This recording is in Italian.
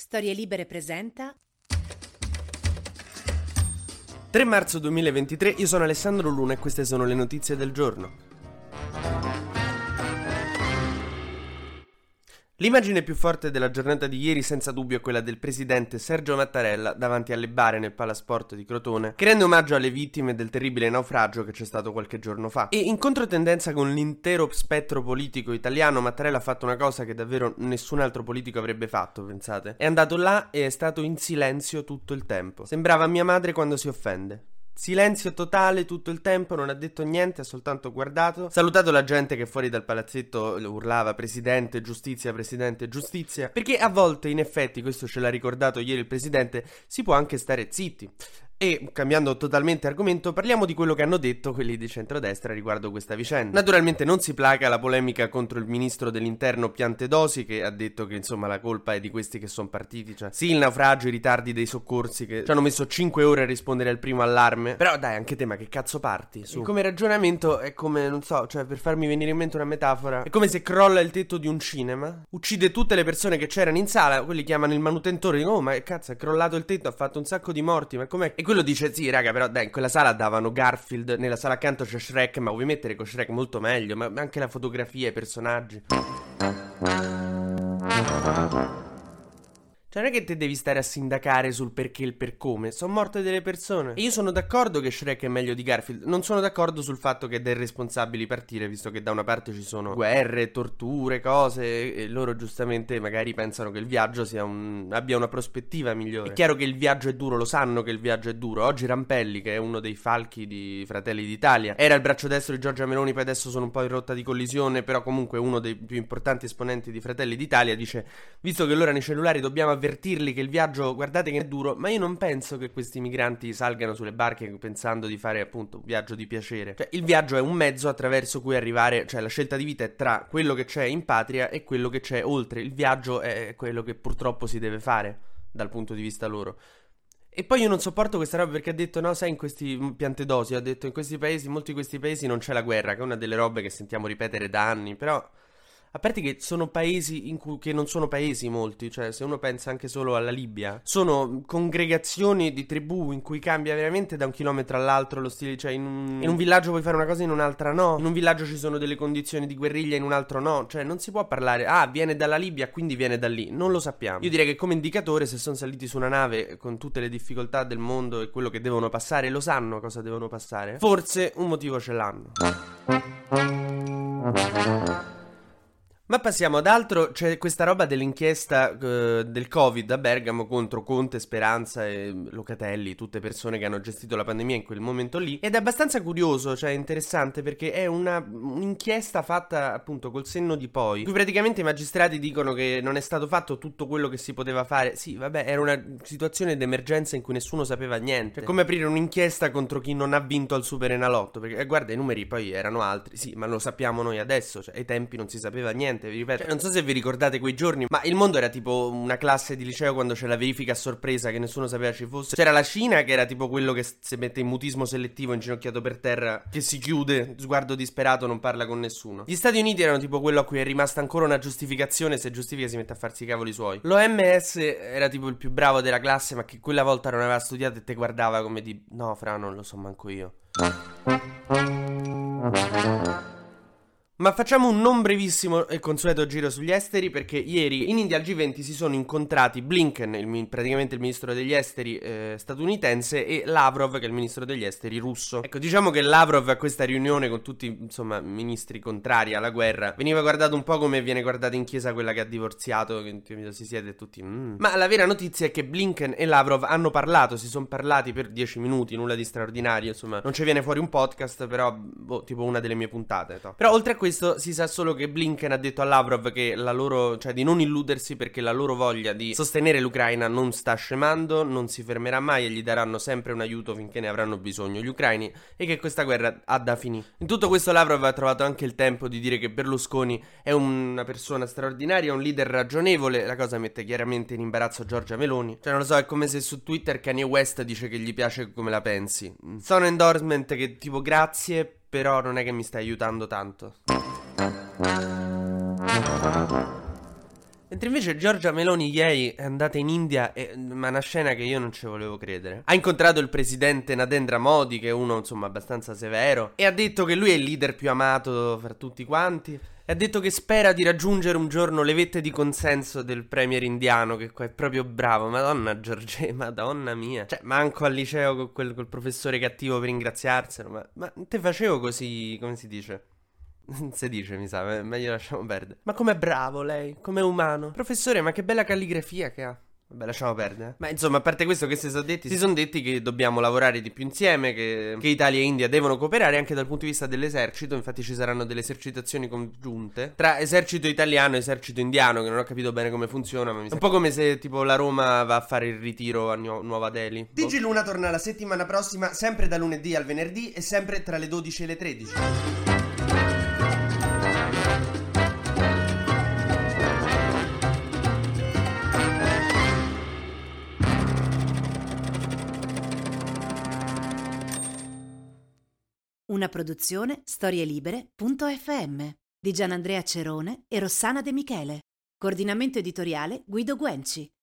Storie Libere presenta 3 marzo 2023, io sono Alessandro Luna e queste sono le notizie del giorno. L'immagine più forte della giornata di ieri senza dubbio è quella del presidente Sergio Mattarella davanti alle bare nel Palasport di Crotone, che rende omaggio alle vittime del terribile naufragio che c'è stato qualche giorno fa. E in controtendenza con l'intero spettro politico italiano, Mattarella ha fatto una cosa che davvero nessun altro politico avrebbe fatto, pensate. È andato là e è stato in silenzio tutto il tempo. Sembrava mia madre quando si offende. Silenzio totale tutto il tempo, non ha detto niente, ha soltanto guardato, salutato la gente che fuori dal palazzetto urlava presidente, giustizia, perché a volte in effetti, questo ce l'ha ricordato ieri il presidente, si può anche stare zitti. E, cambiando totalmente argomento, parliamo di quello che hanno detto quelli di centrodestra riguardo questa vicenda. Naturalmente non si placa la polemica contro il ministro dell'interno Piantedosi, che ha detto che insomma la colpa è di questi che sono partiti, cioè sì il naufragio, i ritardi dei soccorsi che ci hanno messo 5 ore a rispondere al primo allarme, però dai anche te ma che cazzo parti? Su. E come ragionamento è come, non so, cioè per farmi venire in mente una metafora, è come se crolla il tetto di un cinema, uccide tutte le persone che c'erano in sala, quelli chiamano il manutentore, dicono oh ma che cazzo è crollato il tetto, ha fatto un sacco di morti, ma com'è? E quello dice sì raga però dai in quella sala davano Garfield, nella sala accanto c'è Shrek, ma vuoi mettere con Shrek molto meglio, ma anche la fotografia, i personaggi. Cioè non è che te devi stare a sindacare sul perché e il per come, sono morte delle persone. E io sono d'accordo che Shrek è meglio di Garfield, non sono d'accordo sul fatto che è dai responsabili partire, visto che da una parte ci sono guerre, torture, cose, e loro giustamente magari pensano che il viaggio abbia una prospettiva migliore. È chiaro che il viaggio è duro, lo sanno che il viaggio è duro. Oggi Rampelli, che è uno dei falchi di Fratelli d'Italia, era il braccio destro di Giorgia Meloni, poi adesso sono un po' in rotta di collisione, però comunque uno dei più importanti esponenti di Fratelli d'Italia, dice visto che loro hanno i cellulari dobbiamo avvertirli che il viaggio, guardate che è duro, ma io non penso che questi migranti salgano sulle barche pensando di fare appunto un viaggio di piacere. Cioè il viaggio è un mezzo attraverso cui arrivare, cioè la scelta di vita è tra quello che c'è in patria e quello che c'è oltre. Il viaggio è quello che purtroppo si deve fare dal punto di vista loro. E poi io non sopporto questa roba perché ha detto no sai in questi Piantedosi ha detto in questi paesi, molti di questi paesi non c'è la guerra, che è una delle robe che sentiamo ripetere da anni, però a parte che sono paesi che non sono paesi molti, cioè se uno pensa anche solo alla Libia, sono congregazioni di tribù in cui cambia veramente da un chilometro all'altro lo stile, cioè in un villaggio puoi fare una cosa, in un'altra no, in un villaggio ci sono delle condizioni di guerriglia, in un altro no, cioè non si può parlare, viene dalla Libia quindi viene da lì, non lo sappiamo. Io direi che come indicatore se sono saliti su una nave con tutte le difficoltà del mondo e quello che devono passare, lo sanno cosa devono passare, forse un motivo ce l'hanno. Ma passiamo ad altro, c'è questa roba dell'inchiesta del Covid a Bergamo contro Conte, Speranza e Locatelli, tutte persone che hanno gestito la pandemia in quel momento lì, ed è abbastanza curioso, cioè interessante perché è un'inchiesta fatta appunto col senno di poi, in cui praticamente i magistrati dicono che non è stato fatto tutto quello che si poteva fare. Sì, vabbè, era una situazione d'emergenza in cui nessuno sapeva niente, è come aprire un'inchiesta contro chi non ha vinto al Superenalotto, perché guarda i numeri poi erano altri, sì, ma lo sappiamo noi adesso, cioè ai tempi non si sapeva niente. Vi ripeto, non so se vi ricordate quei giorni, ma il mondo era tipo una classe di liceo quando c'è la verifica a sorpresa che nessuno sapeva ci fosse. C'era la Cina che era tipo quello che si mette in mutismo selettivo inginocchiato per terra, che si chiude, sguardo disperato, non parla con nessuno. Gli Stati Uniti erano tipo quello a cui è rimasta ancora una giustificazione, se giustifica si mette a farsi i cavoli suoi. L'OMS era tipo il più bravo della classe, ma che quella volta non aveva studiato e te guardava come di no fra non lo so manco io. Ma facciamo un non brevissimo e consueto giro sugli esteri, perché ieri in India al G20 si sono incontrati Blinken, praticamente il ministro degli esteri statunitense, e Lavrov, che è il ministro degli esteri russo. Ecco, diciamo che Lavrov a questa riunione con tutti, insomma, ministri contrari alla guerra, veniva guardato un po' come viene guardata in chiesa quella che ha divorziato, che si siede tutti Ma la vera notizia è che Blinken e Lavrov hanno parlato, si sono parlati per 10 minuti, nulla di straordinario, insomma, non ci viene fuori un podcast, però, tipo una delle mie puntate, to. Però oltre a questo si sa solo che Blinken ha detto a Lavrov che la loro, cioè di non illudersi perché la loro voglia di sostenere l'Ucraina non sta scemando, non si fermerà mai e gli daranno sempre un aiuto finché ne avranno bisogno gli ucraini e che questa guerra ha da finire. In tutto questo Lavrov ha trovato anche il tempo di dire che Berlusconi è una persona straordinaria, un leader ragionevole. La cosa mette chiaramente in imbarazzo Giorgia Meloni, cioè non lo so, è come se su Twitter Kanye West dice che gli piace come la pensi. Sono endorsement che tipo grazie, però non è che mi stai aiutando tanto. Mentre invece Giorgia Meloni ieri è andata in India ma una scena che io non ci volevo credere. Ha incontrato il presidente Narendra Modi, che è uno insomma abbastanza severo, e ha detto che lui è il leader più amato fra tutti quanti. E ha detto che spera di raggiungere un giorno le vette di consenso del premier indiano, che qua è proprio bravo. Madonna Giorgia, madonna mia. Cioè, manco al liceo col professore cattivo per ringraziarselo. Ma te facevo così, come si dice? Non si dice, mi sa, meglio lasciamo perdere. Ma com'è bravo lei, com'è umano. Professore, ma che bella calligrafia che ha. Vabbè, lasciamo perdere. Ma insomma, a parte questo che si sono detti che dobbiamo lavorare di più insieme, che Italia e India devono cooperare anche dal punto di vista dell'esercito. Infatti ci saranno delle esercitazioni congiunte tra esercito italiano e esercito indiano, che non ho capito bene come funziona, ma mi sa un po' come se tipo la Roma va a fare il ritiro a Nuova Delhi. TG Luna torna la settimana prossima, sempre da lunedì al venerdì e sempre tra le 12 e le 13. Una produzione storielibere.fm di Gianandrea Cerone e Rossana De Michele. Coordinamento editoriale Guido Guenci.